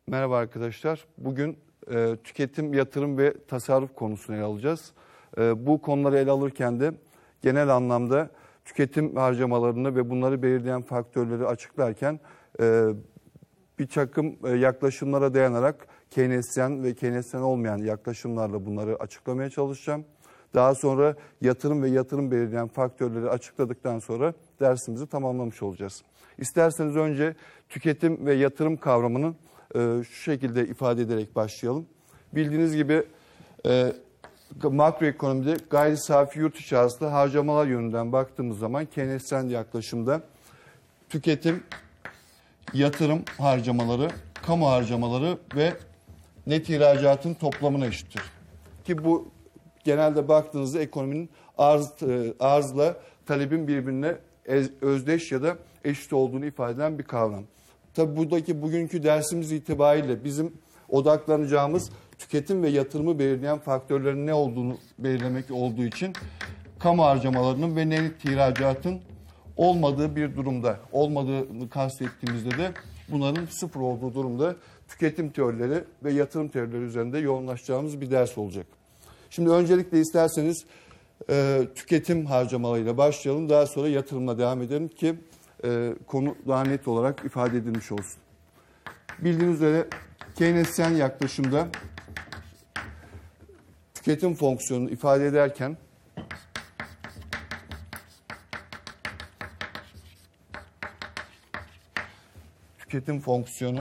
Merhaba arkadaşlar. Bugün tüketim, yatırım ve tasarruf konusunu ele alacağız. Bu konuları ele alırken de genel anlamda tüketim harcamalarını ve bunları belirleyen faktörleri açıklarken bir takım yaklaşımlara dayanarak Keynesyen ve Keynesyen olmayan yaklaşımlarla bunları açıklamaya çalışacağım. Daha sonra yatırım ve yatırım belirleyen faktörleri açıkladıktan sonra dersimizi tamamlamış olacağız. İsterseniz önce tüketim ve yatırım kavramını şu şekilde ifade ederek başlayalım. Bildiğiniz gibi makroekonomide gayri safi yurt içi hasıla harcamalar yönünden baktığımız zaman Keynesyen yaklaşımda tüketim, yatırım harcamaları, kamu harcamaları ve net ihracatın toplamına eşittir. Ki bu genelde baktığınızda ekonominin arzla talebin birbirine özdeş ya da eşit olduğunu ifade eden bir kavram. Tabi buradaki bugünkü dersimiz itibariyle bizim odaklanacağımız tüketim ve yatırımı belirleyen faktörlerin ne olduğunu belirlemek olduğu için kamu harcamalarının ve net ihracatın olmadığı bir durumda, olmadığını kastettiğimizde de bunların sıfır olduğu durumda tüketim teorileri ve yatırım teorileri üzerinde yoğunlaşacağımız bir ders olacak. Şimdi öncelikle isterseniz tüketim harcamalarıyla başlayalım. Daha sonra yatırımla devam edelim ki konu daha net olarak ifade edilmiş olsun. Bildiğiniz üzere Keynesyen yaklaşımda tüketim fonksiyonunu ifade ederken tüketim fonksiyonu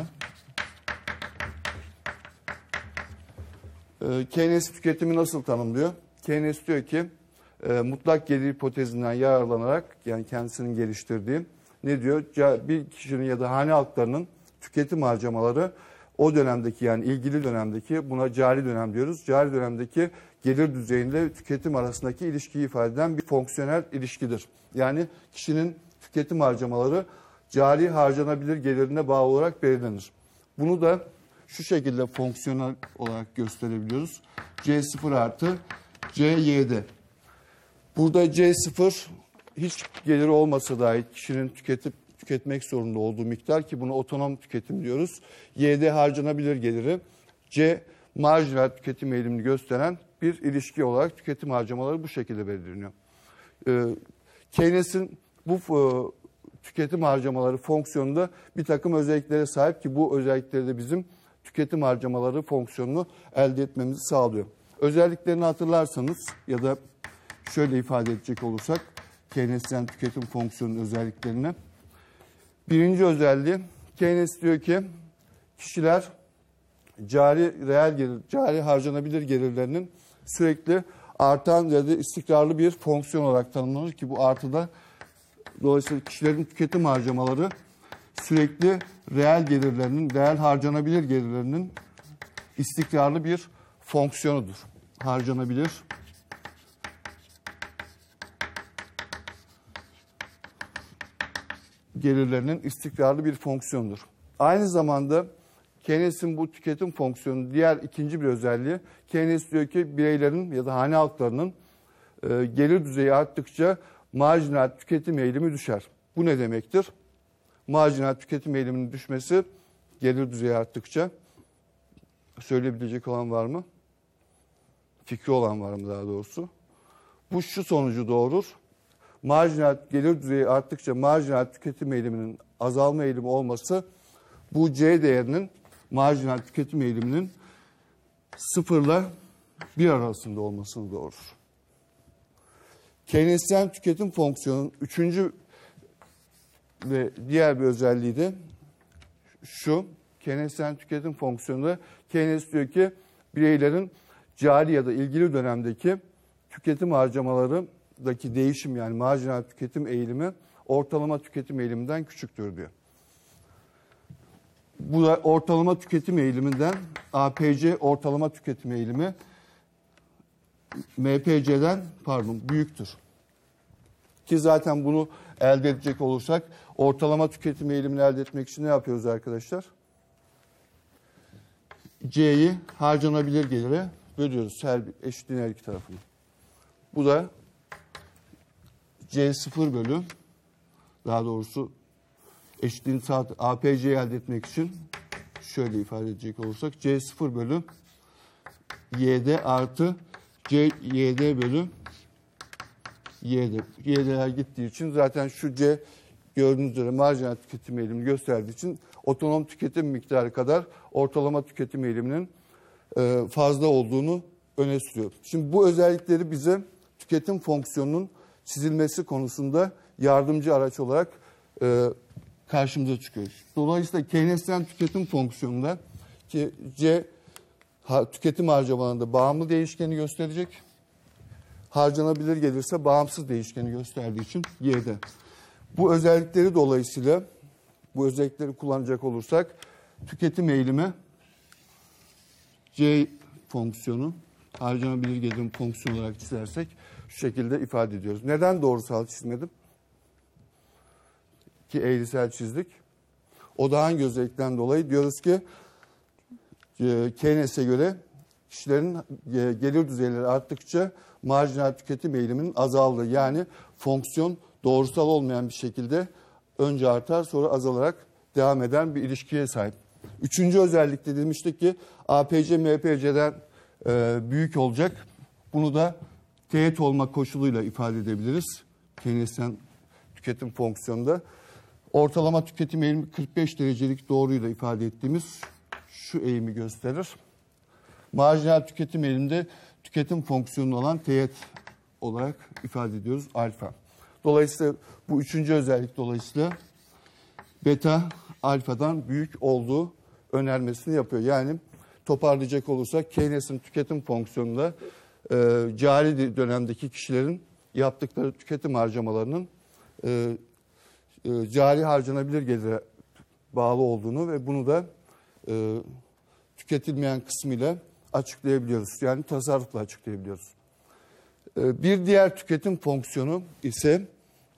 Keynes tüketimi nasıl tanımlıyor? Keynes diyor ki mutlak gelir hipotezinden yararlanarak, yani kendisinin geliştirdiği ne diyor? Bir kişinin ya da hane halklarının tüketim harcamaları o dönemdeki, yani ilgili dönemdeki, buna cari dönem diyoruz. Cari dönemdeki gelir düzeyiyle tüketim arasındaki ilişkiyi ifade eden bir fonksiyonel ilişkidir. Yani kişinin tüketim harcamaları cari harcanabilir gelirine bağlı olarak belirlenir. Bunu da şu şekilde fonksiyonel olarak gösterebiliyoruz. C0 artı CYD. Burada C0 hiç geliri olmasa dahi kişinin tüketmek zorunda olduğu miktar, ki buna otonom tüketim diyoruz. YD harcanabilir geliri. C marjinal tüketim eğilimini gösteren bir ilişki olarak tüketim harcamaları bu şekilde belirleniyor. Keynes'in bu tüketim harcamaları fonksiyonunda bir takım özelliklere sahip ki bu özellikleri de bizim tüketim harcamaları fonksiyonunu elde etmemizi sağlıyor. Özelliklerini hatırlarsanız ya da şöyle ifade edecek olursak Keynesyen tüketim fonksiyonunun özelliklerini. Birinci özelliği, Keynes diyor ki kişiler cari reel gelir, cari harcanabilir gelirlerinin sürekli artan ya da istikrarlı bir fonksiyon olarak tanımlanır ki bu artıda dolayısıyla kişilerin tüketim harcamaları sürekli reel gelirlerinin, reel harcanabilir gelirlerinin istikrarlı bir fonksiyonudur. Harcanabilir gelirlerinin istikrarlı bir fonksiyonudur. Aynı zamanda Keynes'in bu tüketim fonksiyonunun diğer ikinci bir özelliği, Keynes diyor ki bireylerin ya da hane halklarının gelir düzeyi arttıkça marjinal tüketim eğilimi düşer. Bu ne demektir? Marjinal tüketim eğiliminin düşmesi gelir düzeyi arttıkça, söyleyebilecek olan var mı? Fikri olan var mı daha doğrusu? Bu şu sonucu doğurur. Marjinal gelir düzeyi arttıkça marjinal tüketim eğiliminin azalma eğilimi olması bu C değerinin, marjinal tüketim eğiliminin 0 ile 1 arasında olmasını doğurur. Keynesyen tüketim fonksiyonunun üçüncü ve diğer bir özelliği de şu. Keynesyen tüketim fonksiyonunda Keynes diyor ki bireylerin cari ya da ilgili dönemdeki tüketim harcamalarındaki değişim, yani marjinal tüketim eğilimi ortalama tüketim eğiliminden küçüktür diyor. Bu da ortalama tüketim eğiliminden APC ortalama tüketim eğilimi MPC'den büyüktür. Ki zaten bunu elde edecek olursak ortalama tüketim eğilimini elde etmek için ne yapıyoruz arkadaşlar? C'yi harcanabilir gelire bölüyoruz, her eşitliğin her iki tarafını. Bu da C0 bölü, daha doğrusu eşitliğin APC'yi elde etmek için şöyle ifade edecek olursak C0 bölü YD artı CYD bölü YD. YD'ler gittiği için zaten şu C gördüğünüz üzere marjinal tüketim eğilimini gösterdiği için otonom tüketim miktarı kadar ortalama tüketim eğiliminin fazla olduğunu öne sürüyor. Şimdi bu özellikleri bize tüketim fonksiyonunun çizilmesi konusunda yardımcı araç olarak karşımıza çıkıyor. Dolayısıyla Keynesyen tüketim fonksiyonunda ki C tüketim harcamalarında bağımlı değişkeni gösterecek. Harcanabilir gelirse bağımsız değişkeni gösterdiği için Y'de. Bu özellikleri dolayısıyla bu özellikleri kullanacak olursak tüketim eğilimi C fonksiyonu harcanabilir gelirim fonksiyonu olarak çizersek şu şekilde ifade ediyoruz. Neden doğrusal çizmedim? Ki eğrisel çizdik. O da hangi özellikten dolayı? Diyoruz ki Keynes'e göre kişilerin gelir düzeyleri arttıkça marjinal tüketim eğiliminin azaldığı, yani fonksiyon doğrusal olmayan bir şekilde önce artar sonra azalarak devam eden bir ilişkiye sahip. Üçüncü özellikte demiştik ki APC MPC'den büyük olacak. Bunu da teğet olma koşuluyla ifade edebiliriz. Keynesyen tüketim fonksiyonunda. Ortalama tüketim eğilimi 45 derecelik doğruyla ifade ettiğimiz şu eğimi gösterir. Marjinal tüketim eğiliminde tüketim fonksiyonu olan teğet olarak ifade ediyoruz alfa. Dolayısıyla bu üçüncü özellik dolayısıyla beta alfadan büyük olduğu önermesini yapıyor. Yani toparlayacak olursak Keynes'in tüketim fonksiyonunda cari dönemdeki kişilerin yaptıkları tüketim harcamalarının cari harcanabilir gelire bağlı olduğunu ve bunu da tüketilmeyen kısmıyla açıklayabiliyoruz. Yani tasarrufla açıklayabiliyoruz. Bir diğer tüketim fonksiyonu ise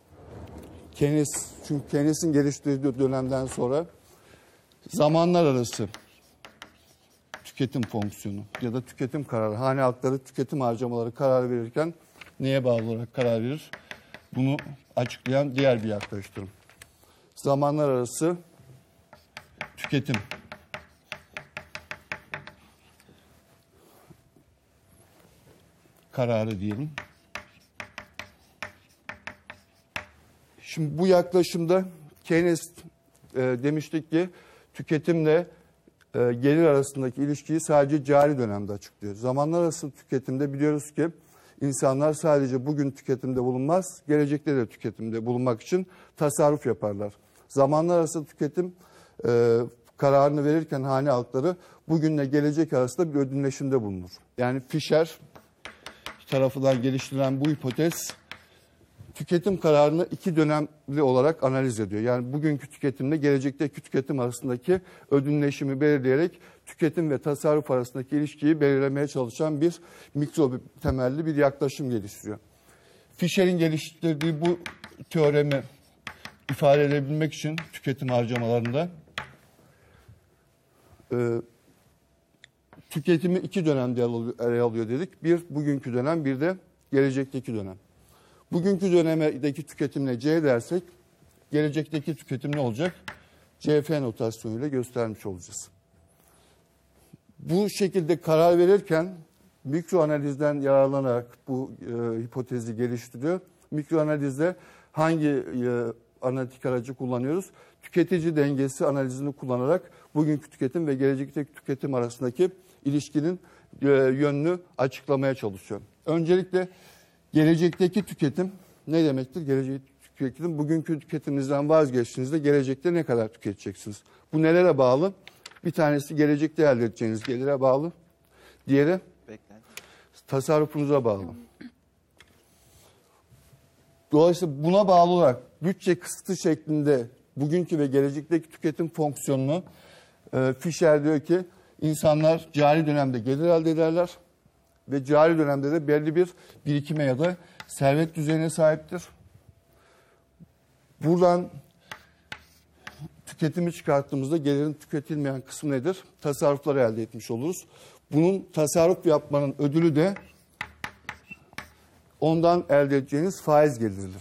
çünkü Keynes'in geliştirdiği dönemden sonra zamanlar arası tüketim fonksiyonu ya da tüketim kararı. Hane halkları tüketim harcamaları karar verirken neye bağlı olarak karar verir? Bunu açıklayan diğer bir yaklaştırım. Zamanlar arası tüketim kararı diyelim. Şimdi bu yaklaşımda Keynes demiştik ki tüketimle gelir arasındaki ilişkiyi sadece cari dönemde açıklıyor. Zamanlar arası tüketimde biliyoruz ki insanlar sadece bugün tüketimde bulunmaz, gelecekte de tüketimde bulunmak için tasarruf yaparlar. Zamanlar arası tüketim kararını verirken hane halkları bugünle gelecek arasında bir ödünleşimde bulunur. Yani Fisher tarafından geliştirilen bu hipotez tüketim kararını iki dönemli olarak analiz ediyor. Yani bugünkü tüketimle gelecekteki tüketim arasındaki ödünleşimi belirleyerek tüketim ve tasarruf arasındaki ilişkiyi belirlemeye çalışan bir mikro temelli bir yaklaşım geliştiriyor. Fisher'in geliştirdiği bu teoremi ifade edebilmek için tüketim harcamalarında tüketimi iki dönemde ele alıyor dedik. Bir bugünkü dönem, bir de gelecekteki dönem. Bugünkü dönemdeki tüketimle C dersek, gelecekteki tüketim ne olacak? CF notasyonuyla göstermiş olacağız. Bu şekilde karar verirken mikro analizden yararlanarak bu hipotezi geliştiriyor. Mikro analizde hangi analitik aracı kullanıyoruz? Tüketici dengesi analizini kullanarak bugünkü tüketim ve gelecekteki tüketim arasındaki ilişkinin yönünü açıklamaya çalışıyor. Öncelikle gelecekteki tüketim ne demektir? Gelecekteki tüketim, bugünkü tüketiminizden vazgeçtiğinizde gelecekte ne kadar tüketeceksiniz? Bu nelere bağlı? Bir tanesi gelecekte elde edeceğiniz gelire bağlı. Diğeri tasarrufunuza bağlı. Dolayısıyla buna bağlı olarak bütçe kısıtı şeklinde bugünkü ve gelecekteki tüketim fonksiyonunu Fisher diyor ki insanlar cari dönemde gelir elde ederler ve cari dönemde de belli bir birikime ya da servet düzeyine sahiptir. Buradan tüketimi çıkarttığımızda gelirin tüketilmeyen kısmı nedir? Tasarrufları elde etmiş oluruz. Bunun tasarruf yapmanın ödülü de ondan elde edeceğiniz faiz geliridir.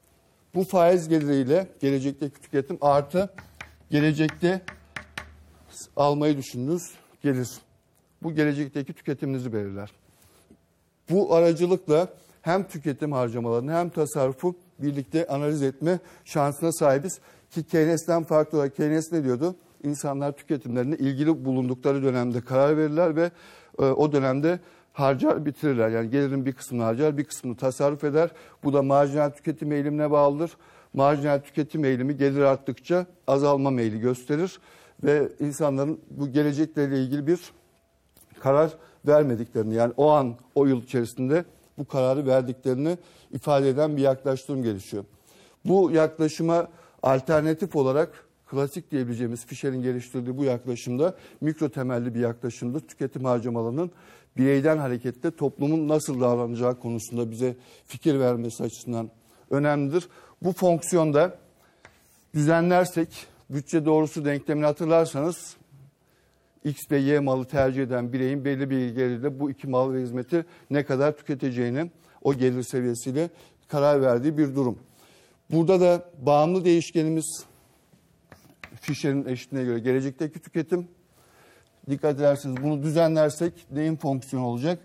Bu faiz geliriyle gelecekteki tüketim artı gelecekte almayı düşündüğünüz gelir. Bu gelecekteki tüketiminizi belirler. Bu aracılıkla hem tüketim harcamalarını hem tasarrufu birlikte analiz etme şansına sahibiz. Ki Keynes'ten farklı olarak Keynes ne diyordu? İnsanlar tüketimlerine ilgili bulundukları dönemde karar verirler ve o dönemde harcar bitirirler. Yani gelirin bir kısmını harcar, bir kısmını tasarruf eder. Bu da marjinal tüketim eğilimine bağlıdır. Marjinal tüketim eğilimi gelir arttıkça azalma meyli gösterir. Ve insanların bu geleceklerle ilgili bir karar vermediklerini, yani o an, o yıl içerisinde bu kararı verdiklerini ifade eden bir yaklaşım gelişiyor. Bu yaklaşıma alternatif olarak klasik diyebileceğimiz Fisher'in geliştirdiği bu yaklaşımda mikro temelli bir yaklaşımdır. Tüketim harcamalarının bireyden hareketle toplumun nasıl davranacağı konusunda bize fikir vermesi açısından önemlidir. Bu fonksiyonda düzenlersek, bütçe doğrusu denklemini hatırlarsanız X ve Y malı tercih eden bireyin belli bir gelirle bu iki mal ve hizmeti ne kadar tüketeceğini o gelir seviyesiyle karar verdiği bir durum. Burada da bağımlı değişkenimiz Fisher'in eşitliğine göre gelecekteki tüketim. Dikkat ederseniz bunu düzenlersek neyin fonksiyonu olacak?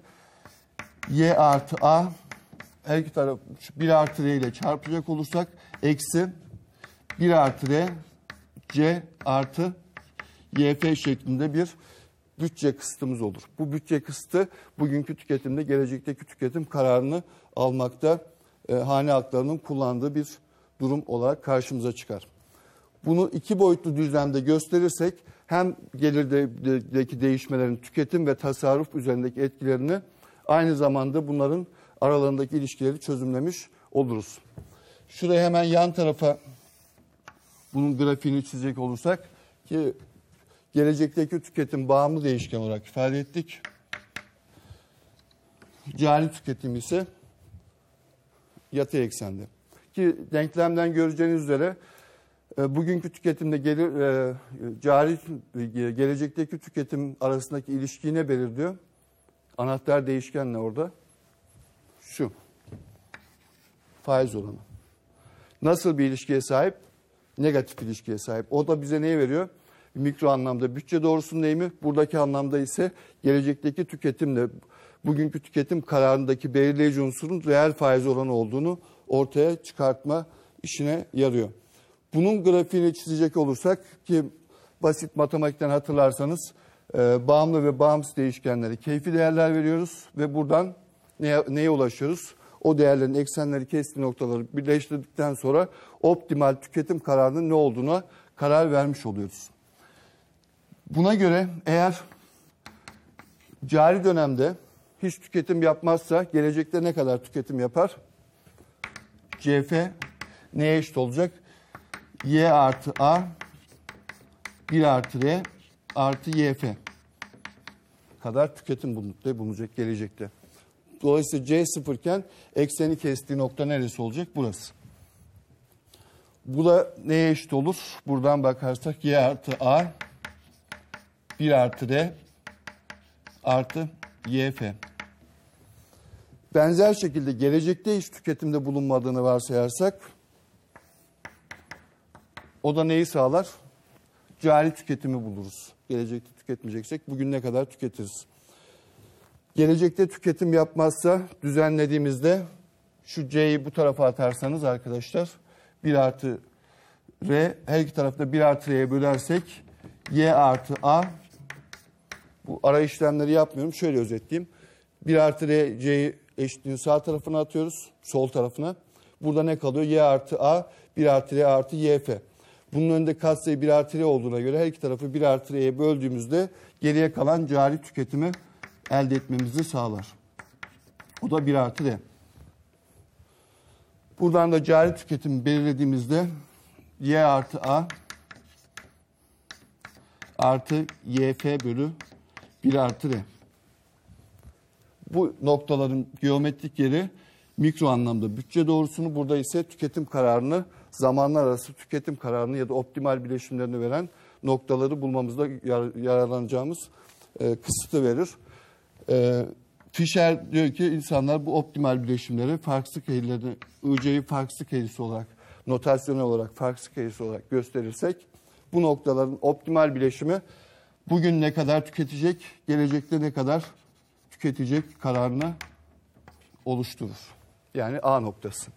Y artı A, her iki taraf 1 artı R ile çarpacak olursak eksi 1 artı R C artı YF şeklinde bir bütçe kısıtımız olur. Bu bütçe kısıtı bugünkü tüketimde gelecekteki tüketim kararını almakta hane halklarının kullandığı bir durum olarak karşımıza çıkar. Bunu iki boyutlu düzlemde gösterirsek hem gelirdeki değişmelerin tüketim ve tasarruf üzerindeki etkilerini, aynı zamanda bunların aralarındaki ilişkileri çözümlemiş oluruz. Şuraya hemen yan tarafa bunun grafiğini çizecek olursak ki gelecekteki tüketim bağımlı değişken olarak ifade ettik. Cari tüketim ise yatay eksende. Ki denklemden göreceğiniz üzere bugünkü tüketimde gelecekteki tüketim arasındaki ilişkiyi ne belirliyor? Anahtar değişken ne orada? Şu. Faiz oranı. Nasıl bir ilişkiye sahip? Negatif ilişkiye sahip. O da bize neyi veriyor? Mikro anlamda bütçe doğrusunun eğimi, buradaki anlamda ise gelecekteki tüketimle bugünkü tüketim kararındaki belirleyici unsurun reel faiz oranı olduğunu ortaya çıkartma işine yarıyor. Bunun grafiğini çizecek olursak ki basit matematikten hatırlarsanız bağımlı ve bağımsız değişkenleri keyfi değerler veriyoruz ve buradan neye ulaşıyoruz? O değerlerin eksenleri kestiği noktaları birleştirdikten sonra optimal tüketim kararının ne olduğuna karar vermiş oluyoruz. Buna göre eğer cari dönemde hiç tüketim yapmazsa gelecekte ne kadar tüketim yapar? CF neye eşit olacak? Y artı A 1 artı R artı YF kadar tüketim bulunacak gelecekte. Dolayısıyla C sıfırken ekseni kestiği nokta neresi olacak? Burası. Bu da neye eşit olur? Buradan bakarsak Y artı A 1 artı R artı YF. Benzer şekilde gelecekte hiç tüketimde bulunmadığını varsayarsak o da neyi sağlar? Cari tüketimi buluruz. Gelecekte tüketmeyeceksek bugün ne kadar tüketiriz? Gelecekte tüketim yapmazsa düzenlediğimizde şu C'yi bu tarafa atarsanız arkadaşlar 1 artı R, her iki tarafta 1 artı R'ye bölersek Y artı A, bu ara işlemleri yapmıyorum. Şöyle özetleyeyim. 1 artı R, C'yi eşitliğin sağ tarafına atıyoruz. Sol tarafına. Burada ne kalıyor? Y artı A, 1 artı R artı YF. Bunun önünde katsayı 1 artı R olduğuna göre her iki tarafı 1 artı R'ye böldüğümüzde geriye kalan cari tüketimi elde etmemizi sağlar. O da 1 artı R. Buradan da cari tüketimi belirlediğimizde Y artı A artı YF bölü 1 artı R. Bu noktaların geometrik yeri mikro anlamda bütçe doğrusunu, burada ise tüketim kararını, zamanlar arası tüketim kararını ya da optimal bileşimlerini veren noktaları bulmamızda yararlanacağımız kısıtı verir. Fisher diyor ki insanlar bu optimal bileşimleri farksız eğrileri, IC'yi farksız eğrisi olarak, notasyonel olarak farksız eğrisi olarak gösterirsek bu noktaların optimal bileşimi bugün ne kadar tüketecek, gelecekte ne kadar tüketecek kararını oluşturur. Yani A noktası.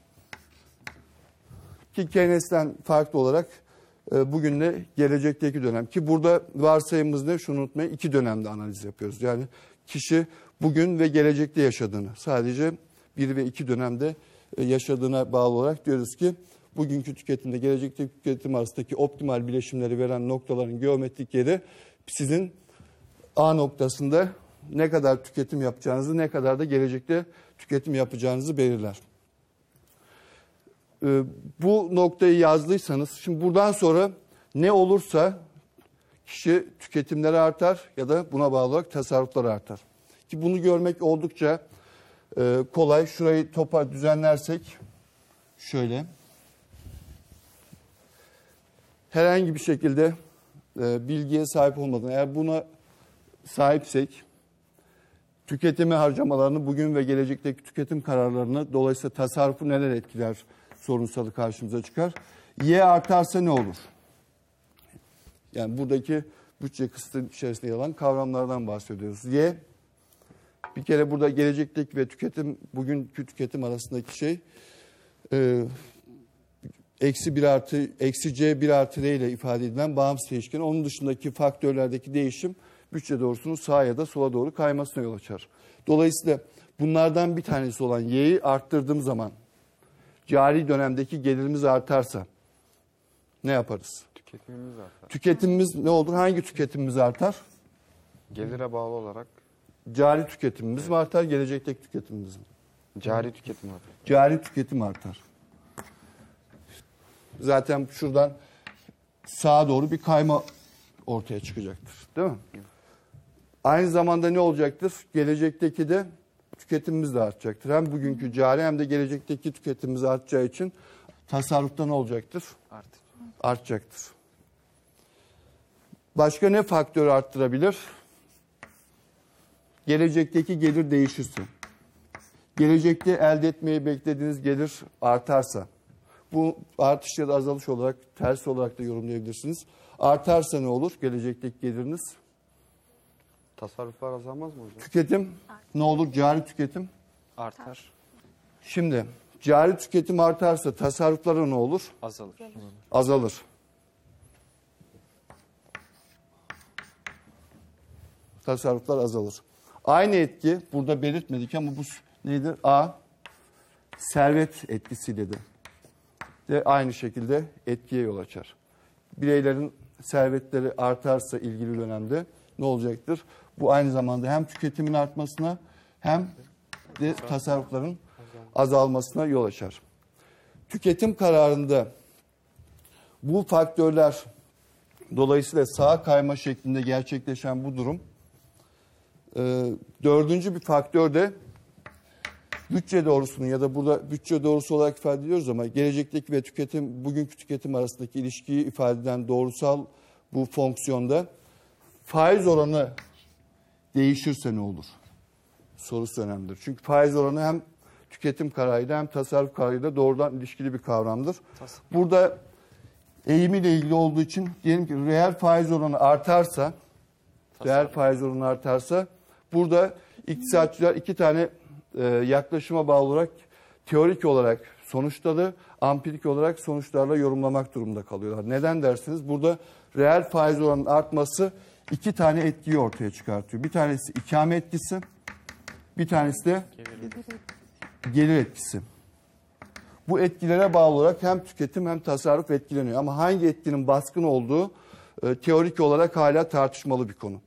Ki Keynes'ten farklı olarak bugünle gelecekteki dönem. Ki burada varsayımımız ne? Şunu unutmayın, 2 dönemde analiz yapıyoruz. Yani kişi bugün ve gelecekte yaşadığını, sadece 1 ve 2 dönemde yaşadığına bağlı olarak diyoruz ki bugünkü tüketimde gelecekteki tüketim arasındaki optimal bileşimleri veren noktaların geometrik yeri sizin A noktasında ne kadar tüketim yapacağınızı, ne kadar da gelecekte tüketim yapacağınızı belirler. Bu noktayı yazdıysanız, şimdi buradan sonra ne olursa kişi tüketimleri artar ya da buna bağlı olarak tasarrufları artar. Ki bunu görmek oldukça kolay. Şurayı düzenlersek şöyle. Herhangi bir şekilde bilgiye sahip olmadan, eğer buna sahipsek tüketimi harcamalarını, bugün ve gelecekteki tüketim kararlarını, dolayısıyla tasarrufu neler etkiler sorunsalı karşımıza çıkar. Y artarsa ne olur? Yani buradaki bütçe kısıtı içerisinde yer alan kavramlardan bahsediyoruz. Y, bir kere burada gelecekteki ve bugünkü tüketim arasındaki şey eksi 1 artı, eksi C 1 artı R ile ifade edilen bağımsız değişken. Onun dışındaki faktörlerdeki değişim bütçe doğrusunun sağa ya da sola doğru kaymasına yol açar. Dolayısıyla bunlardan bir tanesi olan Y'yi arttırdığım zaman cari dönemdeki gelirimiz artarsa ne yaparız? Tüketimimiz artar. Tüketimimiz ne olur? Hangi tüketimimiz artar? Gelire bağlı olarak Cari tüketimimiz mi artar, gelecekteki tüketimimiz mi? cari tüketim artar. Cari tüketim artar. Zaten şuradan sağa doğru bir kayma ortaya çıkacaktır. Değil mi? Aynı zamanda ne olacaktır? Gelecekteki de tüketimimiz de artacaktır. Hem bugünkü cari hem de gelecekteki tüketimimiz artacağı için tasarrufta ne olacaktır? Artacaktır. Başka ne faktör arttırabilir? Gelecekteki gelir değişirse. Gelecekte elde etmeyi beklediğiniz gelir artarsa. Bu artış ya da azalış olarak, tersi olarak da yorumlayabilirsiniz. Artarsa ne olur gelecekteki geliriniz? Tasarruflar azalmaz mı hocam? Tüketim ne olur? Cari tüketim Artar. Şimdi cari tüketim artarsa tasarruflara ne olur? Azalır. Azalır. Tasarruflar azalır. Aynı etki burada belirtmedik ama bu nedir? A, servet etkisiyle de aynı şekilde etkiye yol açar. Bireylerin servetleri artarsa ilgili dönemde ne olacaktır? Bu aynı zamanda hem tüketimin artmasına hem de tasarrufların azalmasına yol açar. Tüketim kararında bu faktörler dolayısıyla sağa kayma şeklinde gerçekleşen bu durum, dördüncü bir faktör de bütçe doğrusunun ya da burada bütçe doğrusu olarak ifade ediyoruz ama gelecekteki ve bugünkü tüketim arasındaki ilişkiyi ifade eden doğrusal bu fonksiyonda faiz oranı değişirse ne olur? Sorusu önemlidir. Çünkü faiz oranı hem tüketim kararıyla hem tasarruf kararıyla doğrudan ilişkili bir kavramdır. Burada eğimiyle ilgili olduğu için diyelim ki reel faiz oranı artarsa burada iktisatçılar 2 tane yaklaşıma bağlı olarak teorik olarak sonuçları, ampirik olarak sonuçlarla yorumlamak durumunda kalıyorlar. Neden dersiniz? Burada reel faiz oranının artması 2 tane etkiyi ortaya çıkartıyor. Bir tanesi ikame etkisi, bir tanesi de gelir etkisi. Bu etkilere bağlı olarak hem tüketim hem tasarruf etkileniyor. Ama hangi etkinin baskın olduğu teorik olarak hala tartışmalı bir konu.